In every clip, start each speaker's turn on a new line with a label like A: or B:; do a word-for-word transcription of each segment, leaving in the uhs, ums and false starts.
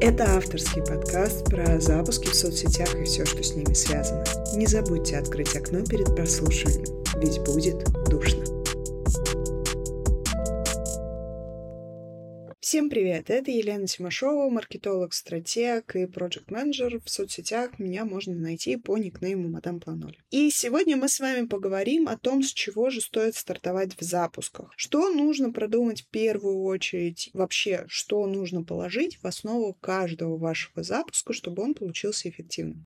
A: Это авторский подкаст про запуски в соцсетях и все, что с ними связано. Не забудьте открыть окно перед прослушиванием, ведь будет душно. Всем привет! Это Елена Тимошова, маркетолог-стратег и проект-менеджер. В соцсетях меня можно найти по никнейму Мадам Планоль. И сегодня мы с вами поговорим о том, с чего же стоит стартовать в запусках. Что нужно продумать в первую очередь, вообще, что нужно положить в основу каждого вашего запуска, чтобы он получился эффективным.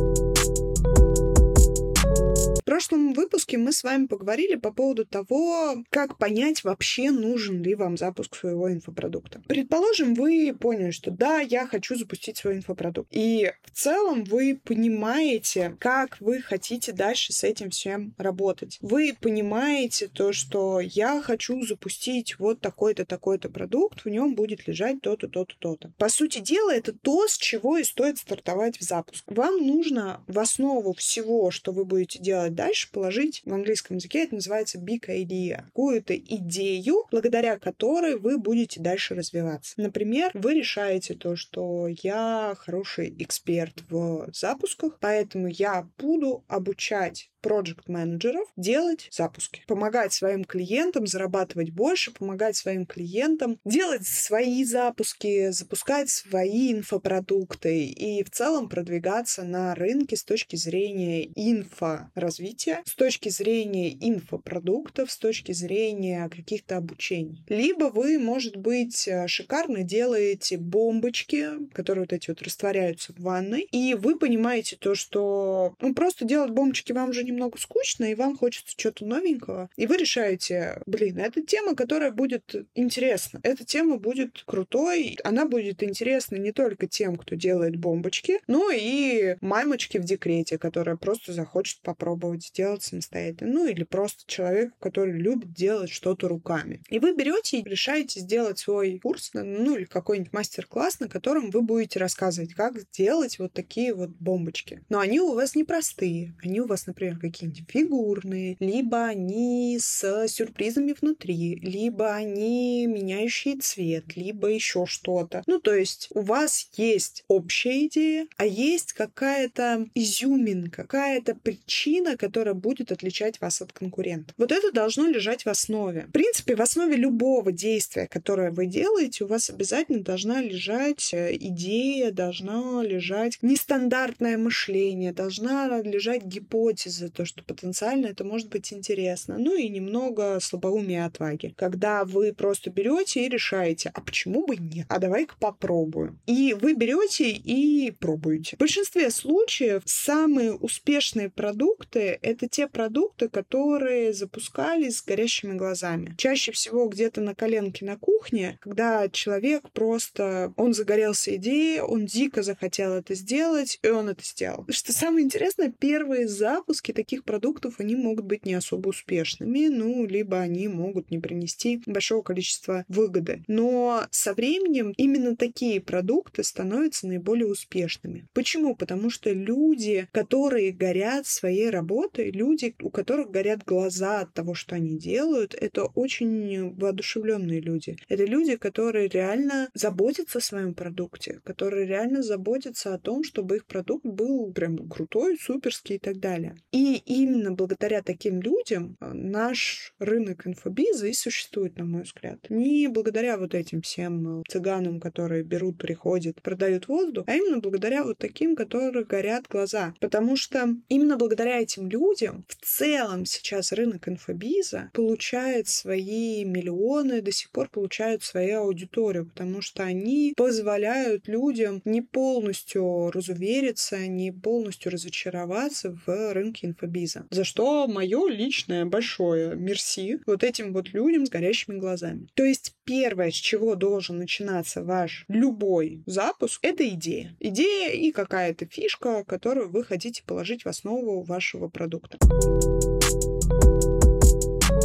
A: В прошлом выпуске мы с вами поговорили по поводу того, как понять, вообще нужен ли вам запуск своего инфопродукта. Предположим, вы поняли, что да, я хочу запустить свой инфопродукт. И в целом вы понимаете, как вы хотите дальше с этим всем работать. Вы понимаете то, что я хочу запустить вот такой-то, такой-то продукт, в нем будет лежать то-то, то-то, то-то. По сути дела, это то, с чего и стоит стартовать в запуск. Вам нужно в основу всего, что вы будете делать дальше, положить, в английском языке это называется big idea, какую-то идею, благодаря которой вы будете дальше развиваться. Например, вы решаете то, что я хороший эксперт в запусках, поэтому я буду обучать проект-менеджеров делать запуски. Помогать своим клиентам зарабатывать больше, помогать своим клиентам делать свои запуски, запускать свои инфопродукты и в целом продвигаться на рынке с точки зрения инфоразвития, с точки зрения инфопродуктов, с точки зрения каких-то обучений. Либо вы, может быть, шикарно делаете бомбочки, которые вот эти вот растворяются в ванной, и вы понимаете то, что ну, просто делать бомбочки вам же немного скучно, и вам хочется чего-то новенького, и вы решаете, блин, это тема, которая будет интересна, эта тема будет крутой, она будет интересна не только тем, кто делает бомбочки, но и мамочке в декрете, которая просто захочет попробовать сделать самостоятельно, ну или просто человек, который любит делать что-то руками. И вы берете и решаете сделать свой курс, ну или какой-нибудь мастер-класс, на котором вы будете рассказывать, как сделать вот такие вот бомбочки. Но они у вас непростые, они у вас, например, какие-нибудь фигурные, либо они с сюрпризами внутри, либо они меняющие цвет, либо еще что-то. Ну, то есть у вас есть общая идея, а есть какая-то изюминка, какая-то причина, которая будет отличать вас от конкурентов. Вот это должно лежать в основе. В принципе, в основе любого действия, которое вы делаете, у вас обязательно должна лежать идея, должна лежать нестандартное мышление, должна лежать гипотеза, то, что потенциально это может быть интересно. Ну и немного слабоумия и отваги. Когда вы просто берете и решаете, а почему бы нет? А давай-ка попробуем. И вы берете и пробуете. В большинстве случаев самые успешные продукты — это те продукты, которые запускались с горящими глазами. Чаще всего где-то на коленке на кухне, когда человек просто, он загорелся идеей, он дико захотел это сделать, и он это сделал. Что самое интересное, первые запуски таких продуктов, они могут быть не особо успешными, ну, либо они могут не принести большого количества выгоды. Но со временем именно такие продукты становятся наиболее успешными. Почему? Потому что люди, которые горят своей работой, люди, у которых горят глаза от того, что они делают, это очень воодушевленные люди. Это люди, которые реально заботятся о своем продукте, которые реально заботятся о том, чтобы их продукт был прям крутой, суперский и так далее. И именно благодаря таким людям наш рынок инфобиза и существует, на мой взгляд. Не благодаря вот этим всем цыганам, которые берут, приходят, продают воздух, а именно благодаря вот таким, которые горят глаза. Потому что именно благодаря этим людям в целом сейчас рынок инфобиза получает свои миллионы, до сих пор получают свою аудиторию, потому что они позволяют людям не полностью разувериться, не полностью разочароваться в рынке инфобиза. За что мое личное большое мерси вот этим вот людям с горящими глазами. То есть первое, с чего должен начинаться ваш любой запуск, это идея. Идея и какая-то фишка, которую вы хотите положить в основу вашего продукта.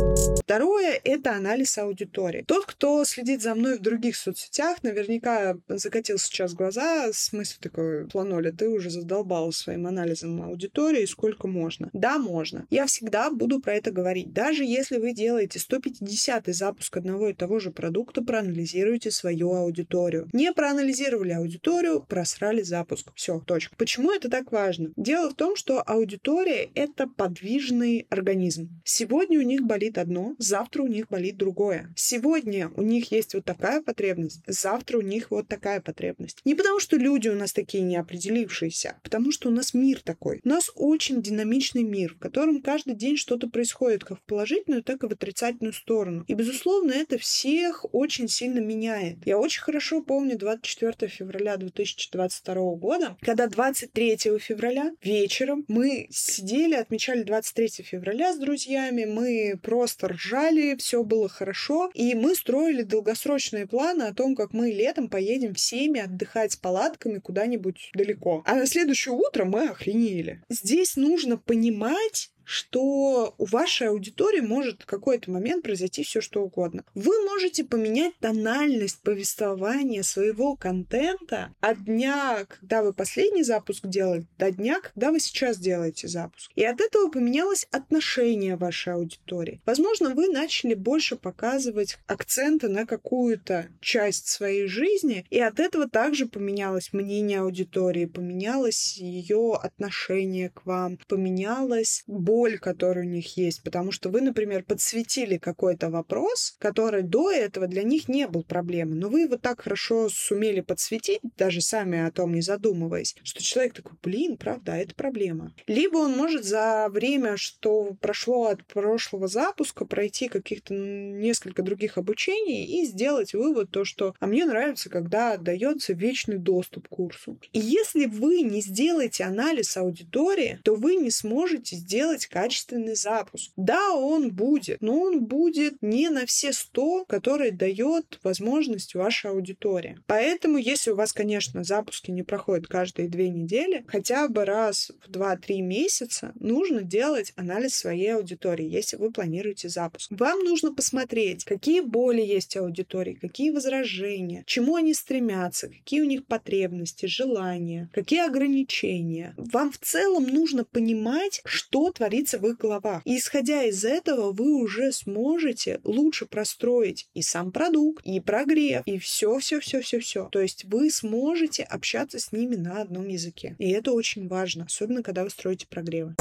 A: Второе — это анализ аудитории. Тот, кто следит за мной в других соцсетях, наверняка закатил сейчас глаза. В смысле такой: Планоля, ты уже задолбала своим анализом аудитории, сколько можно? Да, можно. Я всегда буду про это говорить. Даже если вы делаете сто пятидесятый запуск одного и того же продукта, проанализируйте свою аудиторию. Не проанализировали аудиторию, просрали запуск. Все, точка. Почему это так важно? Дело в том, что аудитория — это подвижный организм. Сегодня у них болит одно, завтра у них болит другое. Сегодня у них есть вот такая потребность, завтра у них вот такая потребность. Не потому, что люди у нас такие неопределившиеся, а потому что у нас мир такой. У нас очень динамичный мир, в котором каждый день что-то происходит как в положительную, так и в отрицательную сторону. И, безусловно, это всех очень сильно меняет. Я очень хорошо помню двадцать четвёртого февраля две тысячи двадцать второго года, когда двадцать третьего февраля вечером мы сидели, отмечали двадцать третьего февраля с друзьями, мы просто ржали, все было хорошо, и мы строили долгосрочные планы о том, как мы летом поедем всеми отдыхать с палатками куда-нибудь далеко. А на следующее утро мы охренели. Здесь нужно понимать, что у вашей аудитории может в какой-то момент произойти все что угодно. Вы можете поменять тональность повествования своего контента от дня, когда вы последний запуск делали, до дня, когда вы сейчас делаете запуск. И от этого поменялось отношение вашей аудитории. Возможно, вы начали больше показывать акценты на какую-то часть своей жизни, и от этого также поменялось мнение аудитории, поменялось ее отношение к вам, поменялось боль, которая у них есть, потому что вы, например, подсветили какой-то вопрос, который до этого для них не был проблемой, но вы его так хорошо сумели подсветить, даже сами о том не задумываясь, что человек такой: блин, правда, это проблема. Либо он может за время, что прошло от прошлого запуска, пройти каких-то несколько других обучений и сделать вывод, то, что «а мне нравится, когда отдается вечный доступ к курсу». И если вы не сделаете анализ аудитории, то вы не сможете сделать качественный запуск. Да, он будет, но он будет не на все сто, которые дает возможность ваша аудитория. Поэтому, если у вас, конечно, запуски не проходят каждые две недели, хотя бы раз в два-три месяца нужно делать анализ своей аудитории, если вы планируете запуск. Вам нужно посмотреть, какие боли есть у аудитории, какие возражения, к чему они стремятся, какие у них потребности, желания, какие ограничения. Вам в целом нужно понимать, что творится в их головах. И исходя из этого, вы уже сможете лучше простроить и сам продукт, и прогрев, и все-все-все-все-все. То есть вы сможете общаться с ними на одном языке. И это очень важно, особенно когда вы строите прогревы.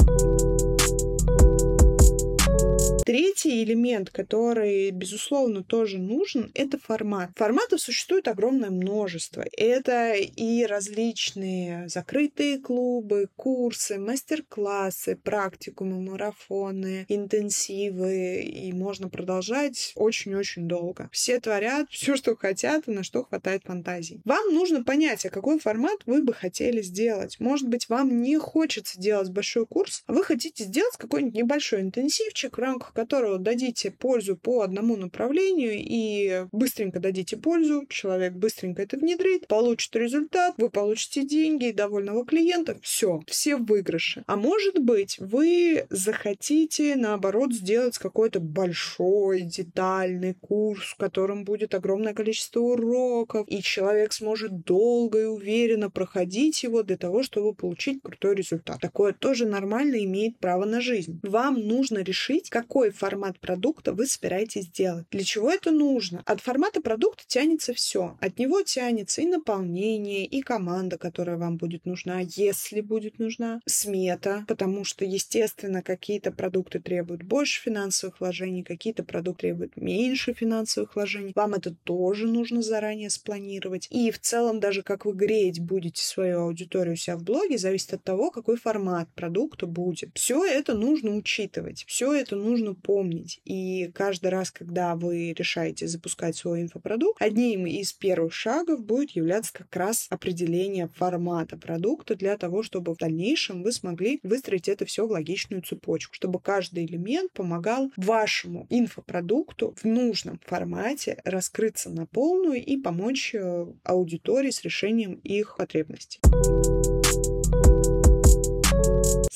A: Третий элемент, который, безусловно, тоже нужен, это формат. Форматов существует огромное множество. Это и различные закрытые клубы, курсы, мастер-классы, практикумы, марафоны, интенсивы, и можно продолжать очень-очень долго. Все творят все, что хотят, и на что хватает фантазии. Вам нужно понять, а какой формат вы бы хотели сделать. Может быть, вам не хочется делать большой курс, а вы хотите сделать какой-нибудь небольшой интенсивчик, в рамках которого дадите пользу по одному направлению и быстренько дадите пользу, человек быстренько это внедрит, получит результат, вы получите деньги, довольного клиента, все, все в выигрыше. А может быть, вы захотите, наоборот, сделать какой-то большой, детальный курс, в котором будет огромное количество уроков, и человек сможет долго и уверенно проходить его для того, чтобы получить крутой результат. Такое тоже нормально, имеет право на жизнь. Вам нужно решить, какой формат продукта вы собираетесь делать. Для чего это нужно? От формата продукта тянется все. От него тянется и наполнение, и команда, которая вам будет нужна, если будет нужна, смета, потому что, естественно, какие-то продукты требуют больше финансовых вложений, какие-то продукты требуют меньше финансовых вложений. Вам это тоже нужно заранее спланировать. И в целом, даже как вы греть будете свою аудиторию у себя в блоге, зависит от того, какой формат продукта будет. Все это нужно учитывать. Все это нужно помнить. И каждый раз, когда вы решаете запускать свой инфопродукт, одним из первых шагов будет являться как раз определение формата продукта для того, чтобы в дальнейшем вы смогли выстроить это все в логичную цепочку, чтобы каждый элемент помогал вашему инфопродукту в нужном формате раскрыться на полную и помочь аудитории с решением их потребностей.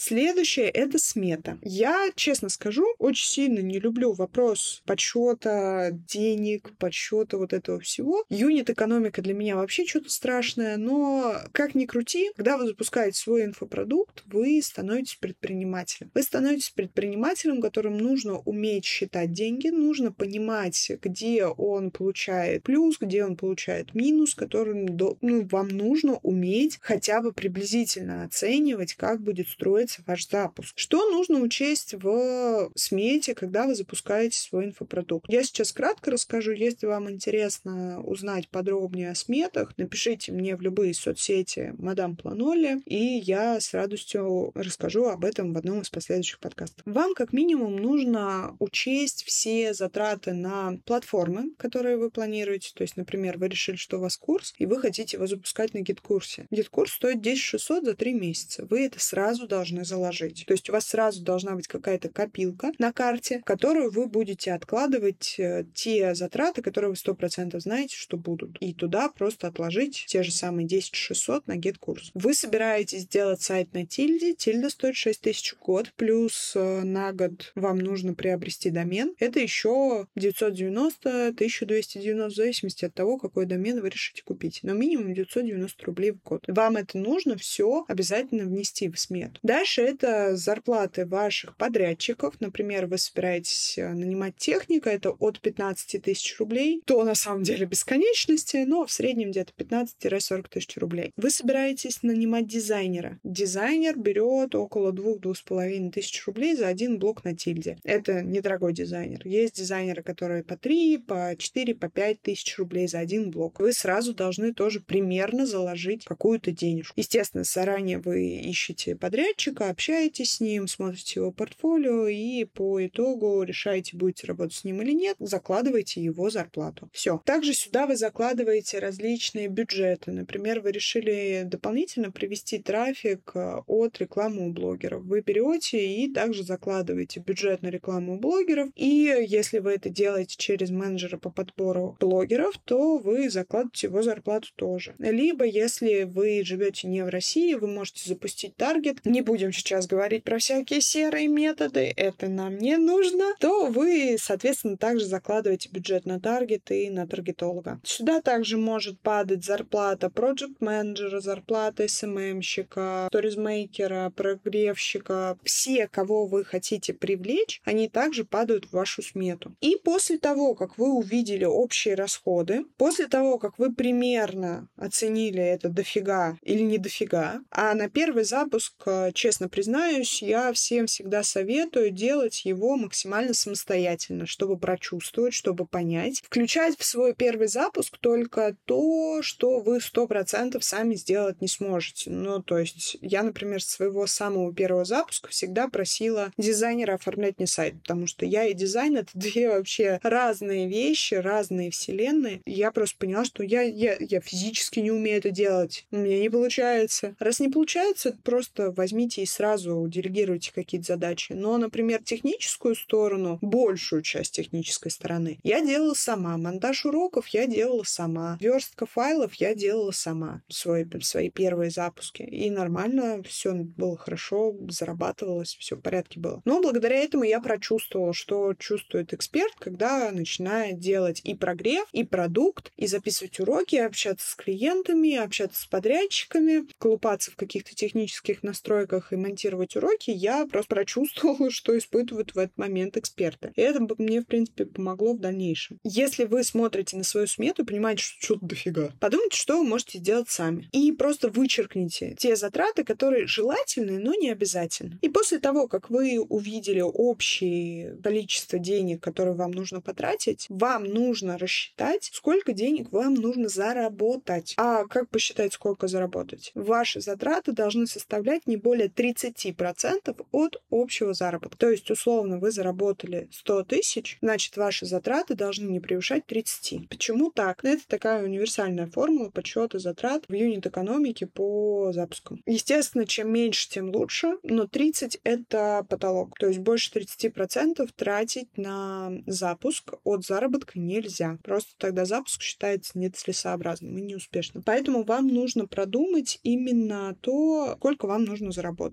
A: Следующее — это смета. Я, честно скажу, очень сильно не люблю вопрос подсчета денег, подсчета вот этого всего. Юнит-экономика для меня вообще что-то страшное, но как ни крути, когда вы запускаете свой инфопродукт, вы становитесь предпринимателем. Вы становитесь предпринимателем, которым нужно уметь считать деньги, нужно понимать, где он получает плюс, где он получает минус, которым ну, вам нужно уметь хотя бы приблизительно оценивать, как будет строиться ваш запуск. Что нужно учесть в смете, когда вы запускаете свой инфопродукт? Я сейчас кратко расскажу. Если вам интересно узнать подробнее о сметах, напишите мне в любые соцсети «Мадам Планоли», и я с радостью расскажу об этом в одном из последующих подкастов. Вам как минимум нужно учесть все затраты на платформы, которые вы планируете. То есть, например, вы решили, что у вас курс, и вы хотите его запускать на гид-курсе. Гид-курс стоит десять тысяч шестьсот за три месяца. Вы это сразу должны заложить. То есть у вас сразу должна быть какая-то копилка на карте, в которую вы будете откладывать те затраты, которые вы сто процентов знаете, что будут. И туда просто отложить те же самые десять тысяч шестьсот на гид-курс. Вы собираетесь сделать сайт на Тильде. Тильда стоит шесть тысяч в год, плюс на год вам нужно приобрести домен. Это еще девятьсот девяносто — тысяча двести девяносто, в зависимости от того, какой домен вы решите купить. Но минимум девятьсот девяносто рублей в год. Вам это нужно все обязательно внести в смету. Дальше это зарплаты ваших подрядчиков. Например, вы собираетесь нанимать техника, это от пятнадцати тысяч рублей. То на самом деле бесконечности, но в среднем где-то пятнадцать-сорок тысяч рублей. Вы собираетесь нанимать дизайнера. Дизайнер берет около двух-двух с половиной тысяч рублей за один блок на Тильде. Это недорогой дизайнер. Есть дизайнеры, которые по три, по четыре, по пять тысяч рублей за один блок. Вы сразу должны тоже примерно заложить какую-то денежку. Естественно, заранее вы ищете подрядчика, общаетесь с ним, смотрите его портфолио и по итогу решаете, будете работать с ним или нет, закладываете его зарплату. Все. Также сюда вы закладываете различные бюджеты. Например, вы решили дополнительно привести трафик от рекламы у блогеров. Вы берете и также закладываете бюджет на рекламу у блогеров. И если вы это делаете через менеджера по подбору блогеров, то вы закладываете его зарплату тоже. Либо, если вы живете не в России, вы можете запустить таргет. Не будем сейчас говорить про всякие серые методы, это нам не нужно. То вы, соответственно, также закладываете бюджет на таргет и на таргетолога. Сюда также может падать зарплата проект-менеджера, зарплата эс эм эм-щика, сторизмейкера, прогревщика. Все, кого вы хотите привлечь, они также падают в вашу смету. И после того, как вы увидели общие расходы, после того, как вы примерно оценили это дофига или не дофига, а на первый запуск, честно признаюсь, я всем всегда советую делать его максимально самостоятельно, чтобы прочувствовать, чтобы понять. Включать в свой первый запуск только то, что вы сто процентов сами сделать не сможете. Ну, то есть я, например, с своего самого первого запуска всегда просила дизайнера оформлять мне сайт, потому что я и дизайн — это две вообще разные вещи, разные вселенные. Я просто поняла, что я, я, я физически не умею это делать. У меня не получается. Раз не получается, просто возьмите и сразу делегируйте какие-то задачи. Но, например, техническую сторону, большую часть технической стороны, я делала сама. Монтаж уроков я делала сама. Верстка файлов я делала сама. Свои, свои первые запуски. И нормально, все было хорошо, зарабатывалось, все в порядке было. Но благодаря этому я прочувствовала, что чувствует эксперт, когда начинает делать и прогрев, и продукт, и записывать уроки, общаться с клиентами, общаться с подрядчиками, колупаться в каких-то технических настройках и монтировать уроки. Я просто прочувствовала, что испытывают в этот момент эксперты. И это мне, в принципе, помогло в дальнейшем. Если вы смотрите на свою смету, понимаете, что что-то дофига, подумайте, что вы можете сделать сами. И просто вычеркните те затраты, которые желательны, но не обязательны. И после того, как вы увидели общее количество денег, которые вам нужно потратить, вам нужно рассчитать, сколько денег вам нужно заработать. А как посчитать, сколько заработать? Ваши затраты должны составлять не более тридцать процентов от общего заработка. То есть, условно, вы заработали сто тысяч, значит, ваши затраты должны не превышать тридцать. Почему так? Это такая универсальная формула подсчета затрат в юнит-экономике по запускам. Естественно, чем меньше, тем лучше, но тридцать — это потолок. То есть больше тридцать процентов тратить на запуск от заработка нельзя. Просто тогда запуск считается нецелесообразным и неуспешным. Поэтому вам нужно продумать именно то, сколько вам нужно заработать.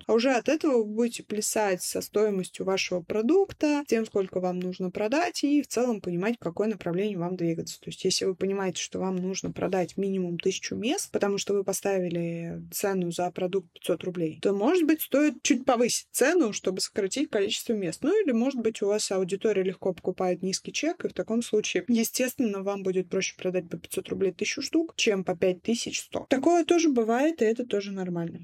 A: А уже от этого вы будете плясать со стоимостью вашего продукта, тем, сколько вам нужно продать, и в целом понимать, в какое направление вам двигаться. То есть, если вы понимаете, что вам нужно продать минимум тысячу мест, потому что вы поставили цену за продукт пятьсот рублей, то, может быть, стоит чуть повысить цену, чтобы сократить количество мест. Ну, или, может быть, у вас аудитория легко покупает низкий чек, и в таком случае, естественно, вам будет проще продать по пятьсот рублей тысячу штук, чем по пять тысяч сто. Такое тоже бывает, и это тоже нормально.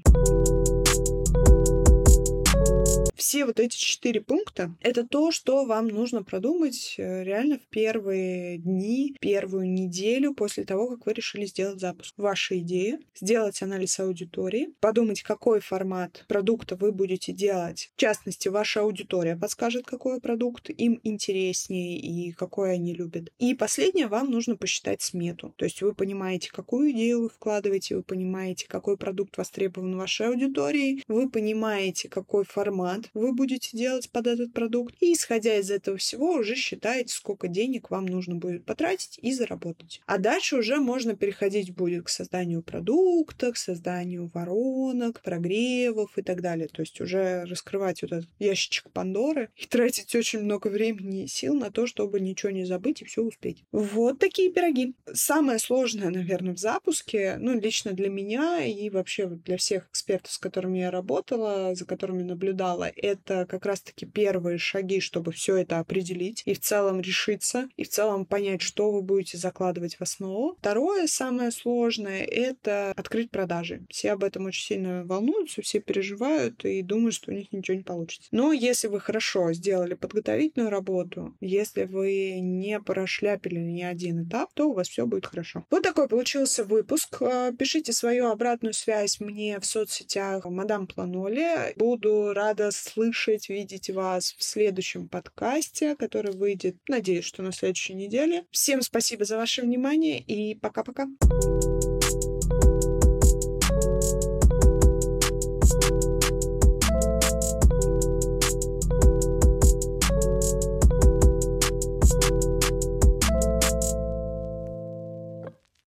A: Все вот эти четыре пункта — это то, что вам нужно продумать реально в первые дни, первую неделю после того, как вы решили сделать запуск. Ваша идея — сделать анализ аудитории, подумать, какой формат продукта вы будете делать. В частности, ваша аудитория подскажет, какой продукт им интереснее и какой они любят. И последнее, вам нужно посчитать смету. То есть вы понимаете, какую идею вы вкладываете, вы понимаете, какой продукт востребован вашей аудиторией, вы понимаете, какой формат вы будете делать под этот продукт. И, исходя из этого всего, уже считаете, сколько денег вам нужно будет потратить и заработать. А дальше уже можно переходить будет к созданию продукта, к созданию воронок, прогревов и так далее. То есть уже раскрывать вот этот ящичек Пандоры и тратить очень много времени и сил на то, чтобы ничего не забыть и все успеть. Вот такие пироги. Самое сложное, наверное, в запуске, ну, лично для меня и вообще для всех экспертов, с которыми я работала, за которыми наблюдала, это как раз-таки первые шаги, чтобы все это определить и в целом решиться, и в целом понять, что вы будете закладывать в основу. Второе, самое сложное, это открыть продажи. Все об этом очень сильно волнуются, все переживают и думают, что у них ничего не получится. Но если вы хорошо сделали подготовительную работу, если вы не прошляпили ни один этап, то у вас все будет хорошо. Вот такой получился выпуск. Пишите свою обратную связь мне в соцсетях Мадам Планоли. Буду рада слышать, видеть вас в следующем подкасте, который выйдет, надеюсь, что на следующей неделе. Всем спасибо за ваше внимание и пока-пока.